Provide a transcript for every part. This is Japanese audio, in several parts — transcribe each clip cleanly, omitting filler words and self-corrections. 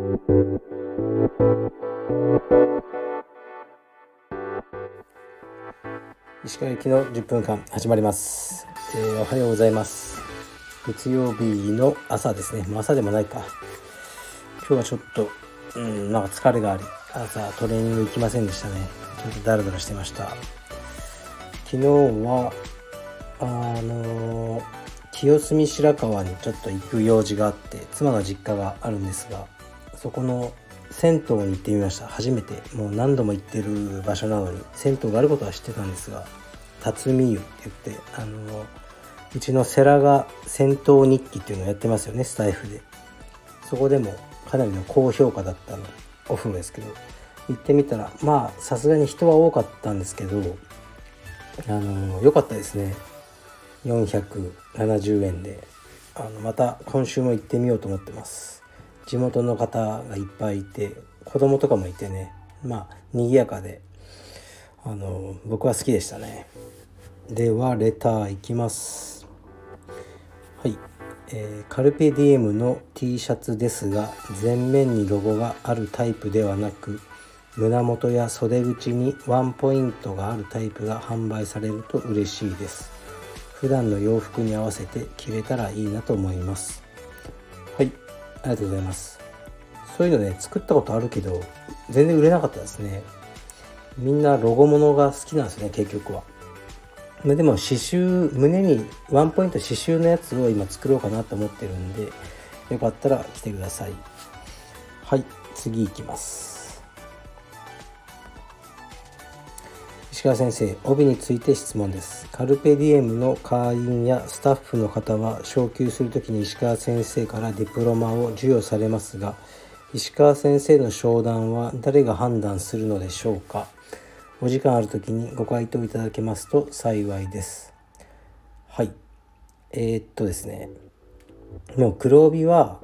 石川行きの10分間始まります。おはようございます。月曜日の朝ですね。もう朝でもないか。今日はちょっとなんか疲れがあり、朝トレーニング行きませんでしたね。ちょっとダラダラしてました。昨日は清澄白河にちょっと行く用事があって、妻の実家があるんですが、そこの銭湯に行ってみました。初めて。もう何度も行ってる場所なのに銭湯があることは知ってたんですが、辰巳湯って言ってうちの世良が銭湯日記っていうのをやってますよね、スタイフで。そこでもかなりの高評価だったのお風呂ですけど、行ってみたらさすがに人は多かったんですけど、良かったですね。470円でまた今週も行ってみようと思ってます。地元の方がいっぱいいて、子供とかもいてね、賑やかで僕は好きでしたね。ではレターいきます。はい、カルペディエムの T シャツですが、前面にロゴがあるタイプではなく、胸元や袖口にワンポイントがあるタイプが販売されると嬉しいです。普段の洋服に合わせて着れたらいいなと思います。はい、ありがとうございます。そういうのね、作ったことあるけど全然売れなかったですね。みんなロゴものが好きなんですね、結局は。でも刺繍、胸にワンポイント刺繍のやつを今作ろうかなと思ってるんで、よかったら来てください。はい、次いきます。石川先生、帯について質問です。カルペディエムの会員やスタッフの方は昇給するときに石川先生からディプロマを授与されますが、石川先生の商談は誰が判断するのでしょうか。お時間あるときにご回答いただけますと幸いです。はい、ですね、もう黒帯は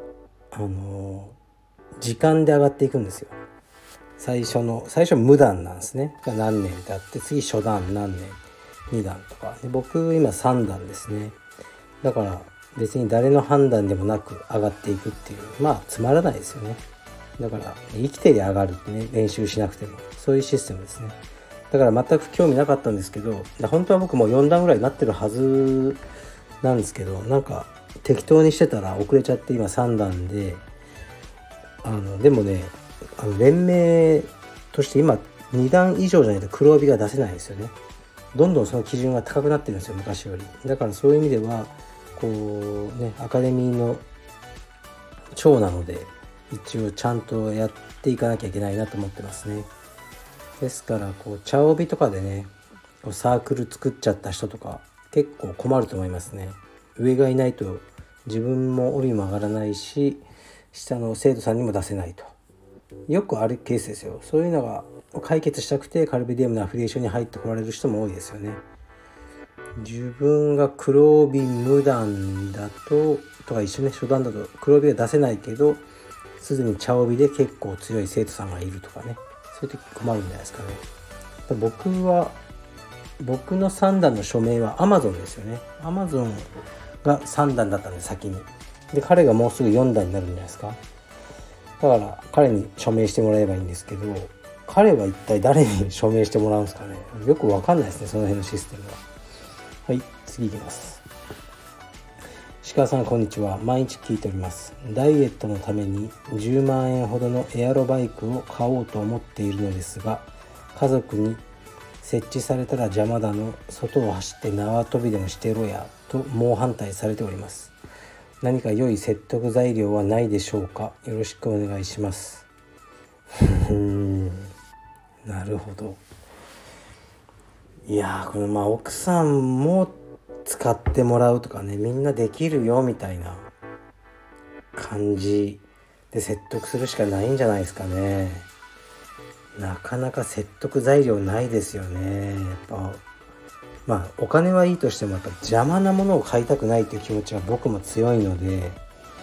時間で上がっていくんですよ。最初無段なんですね。何年ってあって、次初段何年、2段とかで、僕今3段ですね。だから別に誰の判断でもなく上がっていくっていう、つまらないですよね。だから生きてりゃ上がるってね、練習しなくても、そういうシステムですね。だから全く興味なかったんですけど、本当は僕も4段ぐらいになってるはずなんですけど、なんか適当にしてたら遅れちゃって今3段で、でもね、連盟として今2段以上じゃないと黒帯が出せないんですよね。どんどんその基準が高くなってるんですよ、昔より。だからそういう意味ではこうね、アカデミーの長なので一応ちゃんとやっていかなきゃいけないなと思ってますね。ですから茶帯とかでね、サークル作っちゃった人とか結構困ると思いますね。上がいないと自分も帯も上がらないし、下の生徒さんにも出せないと。よくあるケースですよ。そういうのが解決したくてカルペディエムのアフィリエーションに入ってこられる人も多いですよね。自分が黒帯無段だとか一緒ね、初段だと黒帯が出せないけど、すでに茶帯で結構強い生徒さんがいるとかね、そういう時困るんじゃないですかね。僕の3段の署名は Amazon ですよね。 Amazon が3段だったんで先に。で彼がもうすぐ4段になるんじゃないですか。だから彼に署名してもらえばいいんですけど、彼は一体誰に署名してもらうんですかね。よくわかんないですね、その辺のシステムは。はい、次いきます。石川さん、こんにちは。毎日聞いております。ダイエットのために10万円ほどのエアロバイクを買おうと思っているのですが、家族に設置されたら邪魔だの、外を走って縄跳びでもしてろやと猛反対されております。何か良い説得材料はないでしょうか。よろしくお願いします。なるほど。いやこの奥さんも使ってもらうとかね、みんなできるよみたいな感じで説得するしかないんじゃないですかね。なかなか説得材料ないですよね。やっぱお金はいいとしても、やっぱ邪魔なものを買いたくないという気持ちは僕も強いので、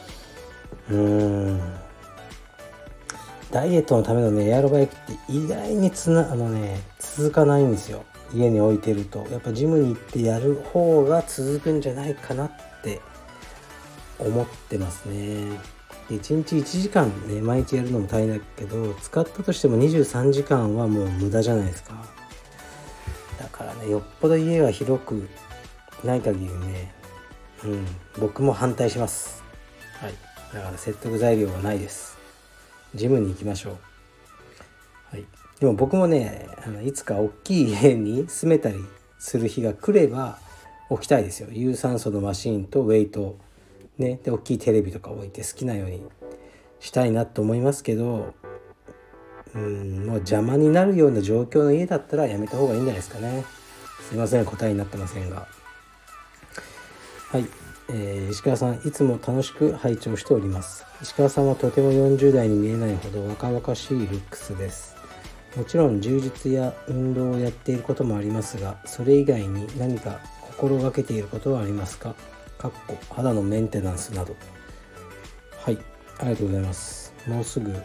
ダイエットのためのねエアロバイクって意外に続かないんですよ。家に置いてるとやっぱジムに行ってやる方が続くんじゃないかなって思ってますね。 で1日1時間ね毎日やるのも大変だけど、使ったとしても23時間はもう無駄じゃないですか。だからね、よっぽど家が広くない限りね、僕も反対します。はい、だから説得材料はないです。ジムに行きましょう。はい、でも僕もね、いつか大きい家に住めたりする日が来れば置きたいですよ。有酸素のマシンとウェイトね、で大きいテレビとか置いて好きなようにしたいなと思いますけど、もう邪魔になるような状況の家だったらやめた方がいいんじゃないですかね。すいません、答えになってませんが。はい、石川さん、いつも楽しく拝聴しております。石川さんはとても40代に見えないほど若々しいルックスです。もちろん充実や運動をやっていることもありますが、それ以外に何か心がけていることはありますか？肌のメンテナンスなど。はい、ありがとうございます。もうすぐ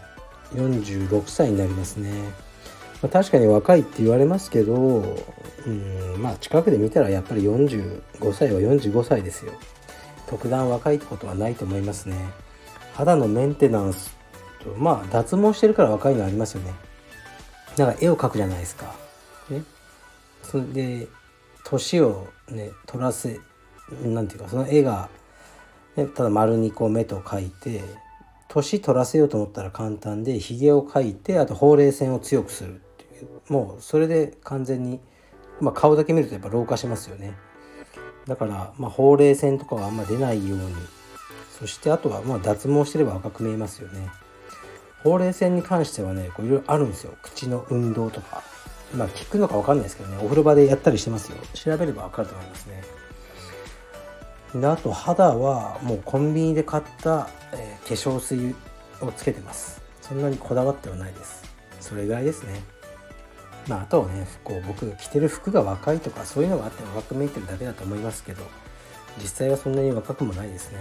46歳になりますね。確かに若いって言われますけど、近くで見たらやっぱり45歳は45歳ですよ。特段若いってことはないと思いますね。肌のメンテナンスと、脱毛してるから若いのありますよね。だから絵を描くじゃないですか。ね、それで年をね取らせ、なんていうか、その絵が、ね、ただ丸にこう目と描いて、年取らせようと思ったら簡単で、ひげを描いて、あとほうれい線を強くするっていう、もうそれで完全に、顔だけ見るとやっぱ老化しますよね。だからほうれい線とかはあんま出ないように、そしてあとは脱毛してれば若く見えますよね。ほうれい線に関してはね、いろいろあるんですよ。口の運動とか、効くのか分かんないですけどね、お風呂場でやったりしてますよ。調べれば分かると思いますね。であと肌はもうコンビニで買った、化粧水をつけてます。そんなにこだわってはないです。それぐらいですね。あとはね、僕が着てる服が若いとかそういうのがあって若く見えてるだけだと思いますけど、実際はそんなに若くもないですね。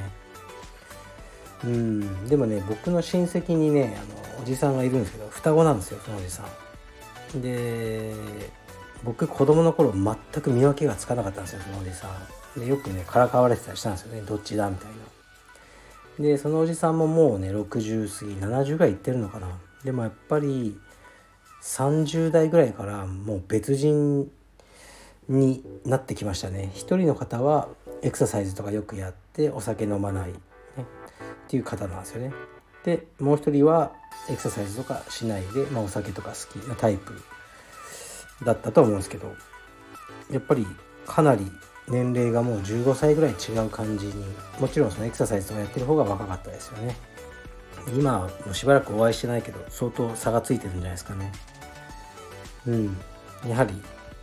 でもね、僕の親戚にね、おじさんがいるんですけど、双子なんですよ、そのおじさんで。僕子供の頃全く見分けがつかなかったんですよ、そのおじさんで。よくねからかわれてたりしたんですよね、どっちだみたいな。でそのおじさんももうね60過ぎ70ぐらいいってるのかな。でもやっぱり30代ぐらいからもう別人になってきましたね。一人の方はエクササイズとかよくやってお酒飲まない、っていう方なんですよね。でもう一人はエクササイズとかしないで、お酒とか好きなタイプだったと思うんですけど、やっぱりかなり年齢がもう15歳ぐらい違う感じに、もちろんそのエクササイズとかやってる方が若かったですよね。今はもうしばらくお会いしてないけど相当差がついてるんじゃないですかね。やはり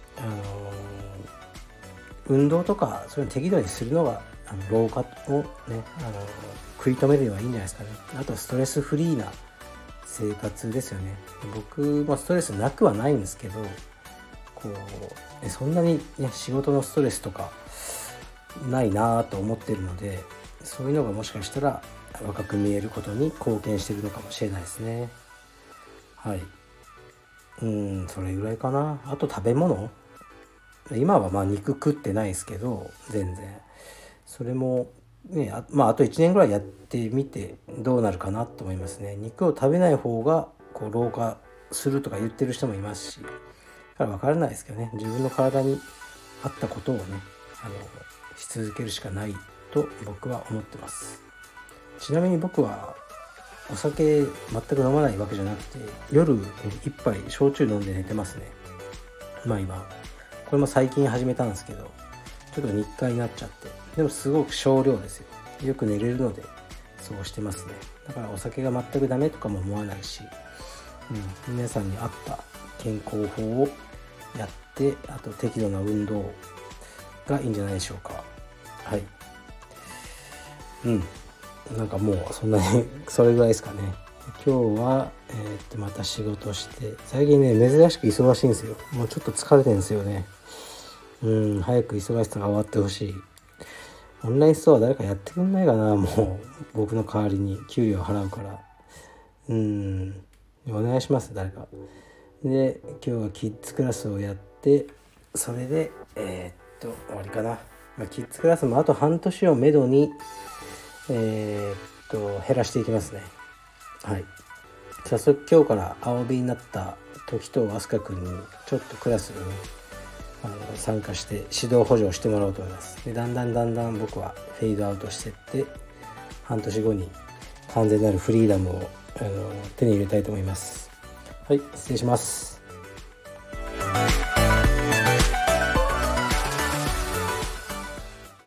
運動とかそういうの適度にするのが老化をね食い止めるにはいいんじゃないですかね。あとストレスフリーな生活ですよね。僕もストレスなくはないんですけど、そんなに、仕事のストレスとかないなと思ってるので、そういうのがもしかしたら若く見えることに貢献してるのかもしれないですね。はい、それぐらいかな。あと食べ物、今は肉食ってないですけど、全然それもね、あと1年ぐらいやってみてどうなるかなと思いますね。肉を食べない方が老化するとか言ってる人もいますし、だから分からないですけどね、自分の体に合ったことをねし続けるしかないと僕は思ってます。ちなみに僕はお酒全く飲まないわけじゃなくて、夜一杯焼酎飲んで寝てますね。今これも最近始めたんですけど、ちょっと日課になっちゃって、でもすごく少量ですよ。よく寝れるのでそうしてますね。だからお酒が全くダメとかも思わないし、皆さんに合った健康法をやって、あと適度な運動がいいんじゃないでしょうか。はい、なんかもうそんなにそれぐらいですかね。今日は、また仕事して、最近ね珍しく忙しいんですよ。もうちょっと疲れてるんですよね。早く忙しさが終わってほしい。オンラインストア誰かやってくんないかな。もう僕の代わりに給料払うから、お願いします、誰か。で今日はキッズクラスをやって、それで終わりかな。キッズクラスもあと半年をめどに、 減らしていきますね。はい。早速今日から青 B になった時と飛鳥くんにちょっとクラスに参加して指導補助をしてもらおうと思います。でだんだん僕はフェードアウトしていって、半年後に完全なるフリーダムを手に入れたいと思います。はい、失礼します。